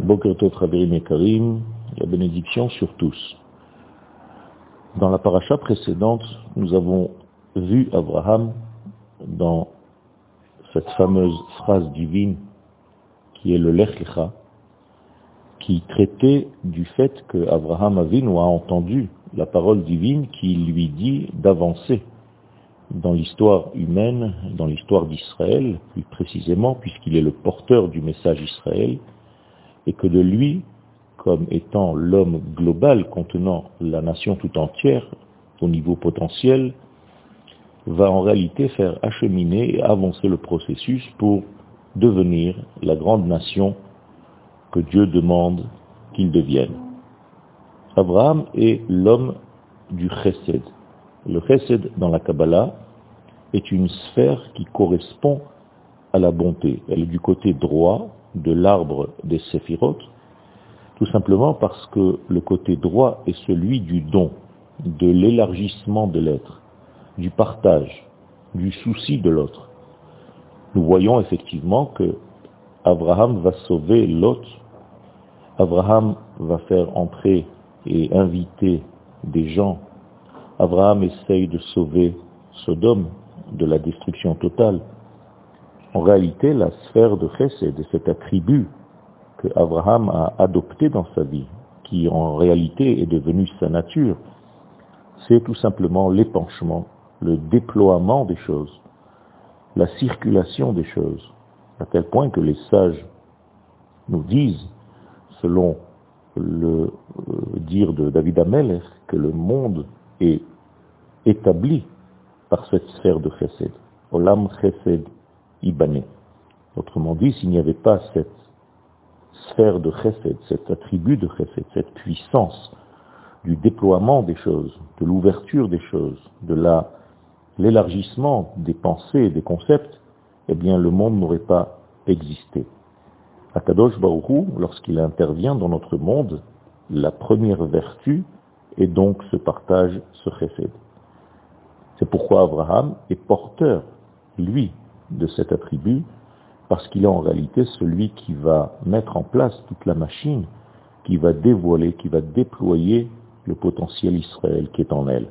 Boker Tov Chaverim Yekarim, la bénédiction sur tous. Dans la paracha précédente, nous avons vu Abraham dans cette fameuse phrase divine qui est le Lech Lecha, qui traitait du fait que Abraham Avinu a entendu la parole divine qui lui dit d'avancer dans l'histoire humaine, dans l'histoire d'Israël, plus précisément, puisqu'il est le porteur du message Israël, et que de lui, comme étant l'homme global contenant la nation tout entière, au niveau potentiel, va en réalité faire acheminer et avancer le processus pour devenir la grande nation que Dieu demande qu'il devienne. Abraham est l'homme du Chesed. Le Chesed dans la Kabbalah est une sphère qui correspond à la bonté. Elle est du côté droit de l'arbre des Séphirot, tout simplement parce que le côté droit est celui du don, de l'élargissement de l'être, du partage, du souci de l'autre. Nous voyons effectivement que Abraham va sauver Lot, Abraham va faire entrer et inviter des gens. Abraham essaye de sauver Sodome de la destruction totale. En réalité, la sphère de Chesed, cet attribut que Abraham a adopté dans sa vie, qui en réalité est devenu sa nature, c'est tout simplement l'épanchement, le déploiement des choses, la circulation des choses, à tel point que les sages nous disent, selon le dire de David Amelech, que le monde est établi par cette sphère de Chesed. Olam Chesed Ibané. Autrement dit, s'il n'y avait pas cette sphère de Chesed, cet attribut de Chesed, cette puissance du déploiement des choses, de l'ouverture des choses, de l'élargissement des pensées, des concepts, eh bien le monde n'aurait pas existé. Akadosh Baruch Hu, lorsqu'il intervient dans notre monde, la première vertu est donc ce partage, ce Chesed. C'est pourquoi Abraham est porteur, lui, de cet attribut, parce qu'il est en réalité celui qui va mettre en place toute la machine, qui va dévoiler, qui va déployer le potentiel Israël qui est en elle.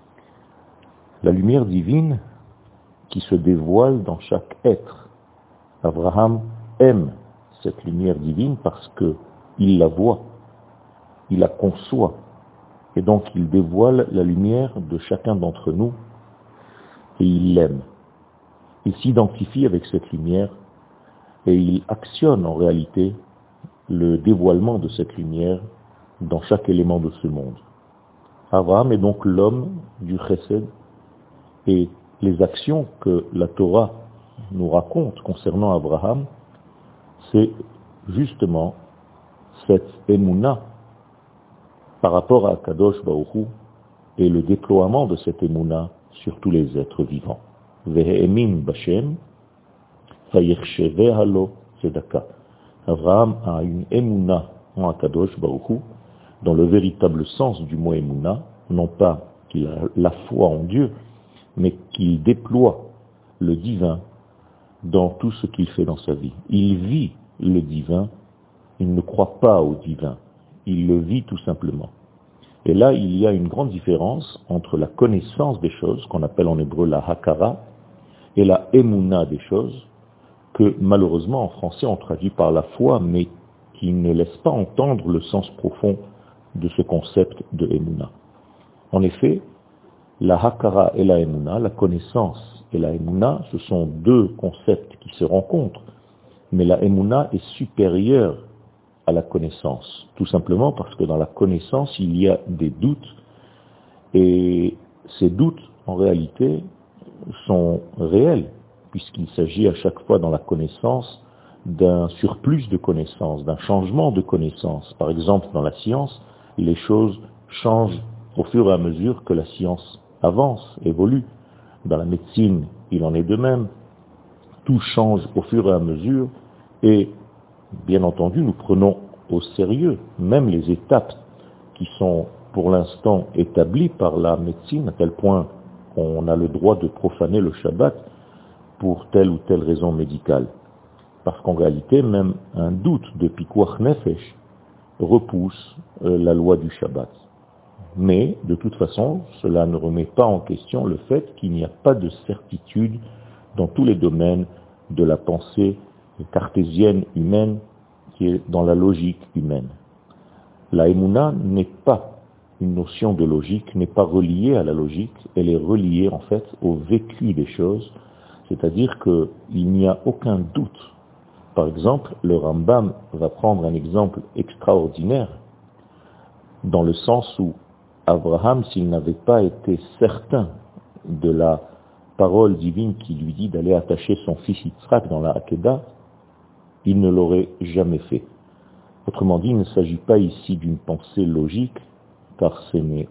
La lumière divine qui se dévoile dans chaque être. Abraham aime cette lumière divine parce qu'il la voit, il la conçoit, et donc il dévoile la lumière de chacun d'entre nous, et il l'aime. Il s'identifie avec cette lumière, et il actionne en réalité le dévoilement de cette lumière dans chaque élément de ce monde. Abraham est donc l'homme du Chesed, et les actions que la Torah nous raconte concernant Abraham, c'est justement cette émouna par rapport à Kadosh Baruch Hu et le déploiement de cette émouna sur tous les êtres vivants. Vehe'emin Bashem, Vayechsheveh halo tzedaka. Abraham a une émouna en Kadosh Baruch Hu, dans le véritable sens du mot émouna, non pas qu'il a la foi en Dieu, mais qu'il déploie le divin dans tout ce qu'il fait dans sa vie. Il vit le divin, il ne croit pas au divin, il le vit tout simplement. Et là, il y a une grande différence entre la connaissance des choses, qu'on appelle en hébreu la hakara, et la émouna des choses, que malheureusement en français on traduit par la foi, mais qui ne laisse pas entendre le sens profond de ce concept de émouna. En effet, la hakara et la émouna, la connaissance et la émouna, ce sont deux concepts qui se rencontrent, mais la émouna est supérieure à la connaissance, tout simplement parce que dans la connaissance, il y a des doutes, et ces doutes, en réalité, sont réels, puisqu'il s'agit à chaque fois dans la connaissance d'un surplus de connaissances, d'un changement de connaissances. Par exemple, dans la science, les choses changent au fur et à mesure que la science avance, évolue. Dans la médecine, il en est de même. Tout change au fur et à mesure et, bien entendu, nous prenons au sérieux même les étapes qui sont pour l'instant établies par la médecine, à tel point qu'on a le droit de profaner le Shabbat pour telle ou telle raison médicale. Parce qu'en réalité, même un doute de pikuach nefesh repousse la loi du Shabbat. Mais, de toute façon, cela ne remet pas en question le fait qu'il n'y a pas de certitude dans tous les domaines de la pensée cartésienne humaine qui est dans la logique humaine. La Emouna n'est pas une notion de logique, n'est pas reliée à la logique, elle est reliée en fait au vécu des choses, c'est-à-dire qu'il n'y a aucun doute. Par exemple, le Rambam va prendre un exemple extraordinaire dans le sens où Abraham, s'il n'avait pas été certain de la parole divine qui lui dit d'aller attacher son fils Yitzhak dans la Hakeda, il ne l'aurait jamais fait. Autrement dit, il ne s'agit pas ici d'une pensée logique, car ce n'est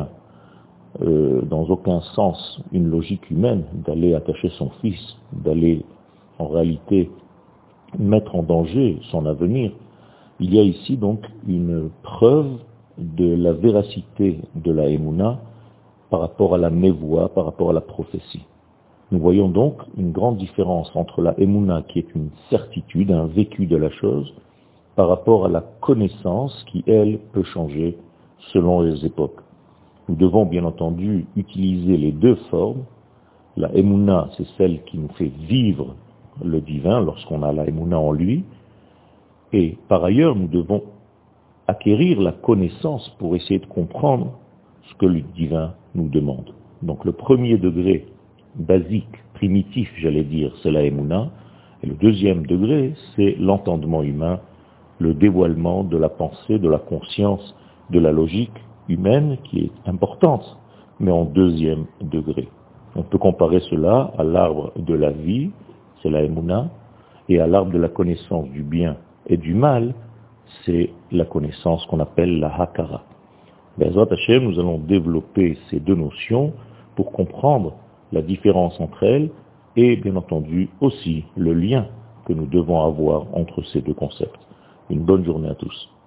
dans aucun sens une logique humaine d'aller attacher son fils, d'aller en réalité mettre en danger son avenir. Il y a ici donc une preuve de la véracité de la Emouna par rapport à la Nevoa, par rapport à la prophétie. Nous voyons donc une grande différence entre la Emouna qui est une certitude, un vécu de la chose, par rapport à la connaissance qui, elle, peut changer selon les époques. Nous devons bien entendu utiliser les deux formes. La Emouna, c'est celle qui nous fait vivre le divin lorsqu'on a la Emouna en lui. Et par ailleurs, nous devons acquérir la connaissance pour essayer de comprendre ce que le divin nous demande. Donc le premier degré basique, primitif, j'allais dire, c'est la Emouna. Et le deuxième degré, c'est l'entendement humain, le dévoilement de la pensée, de la conscience, de la logique humaine qui est importante, mais en deuxième degré. On peut comparer cela à l'arbre de la vie, c'est la Emouna, et à l'arbre de la connaissance du bien et du mal, c'est la connaissance qu'on appelle la Hakara. Be'ezrat Hashem, nous allons développer ces deux notions pour comprendre la différence entre elles et bien entendu aussi le lien que nous devons avoir entre ces deux concepts. Une bonne journée à tous.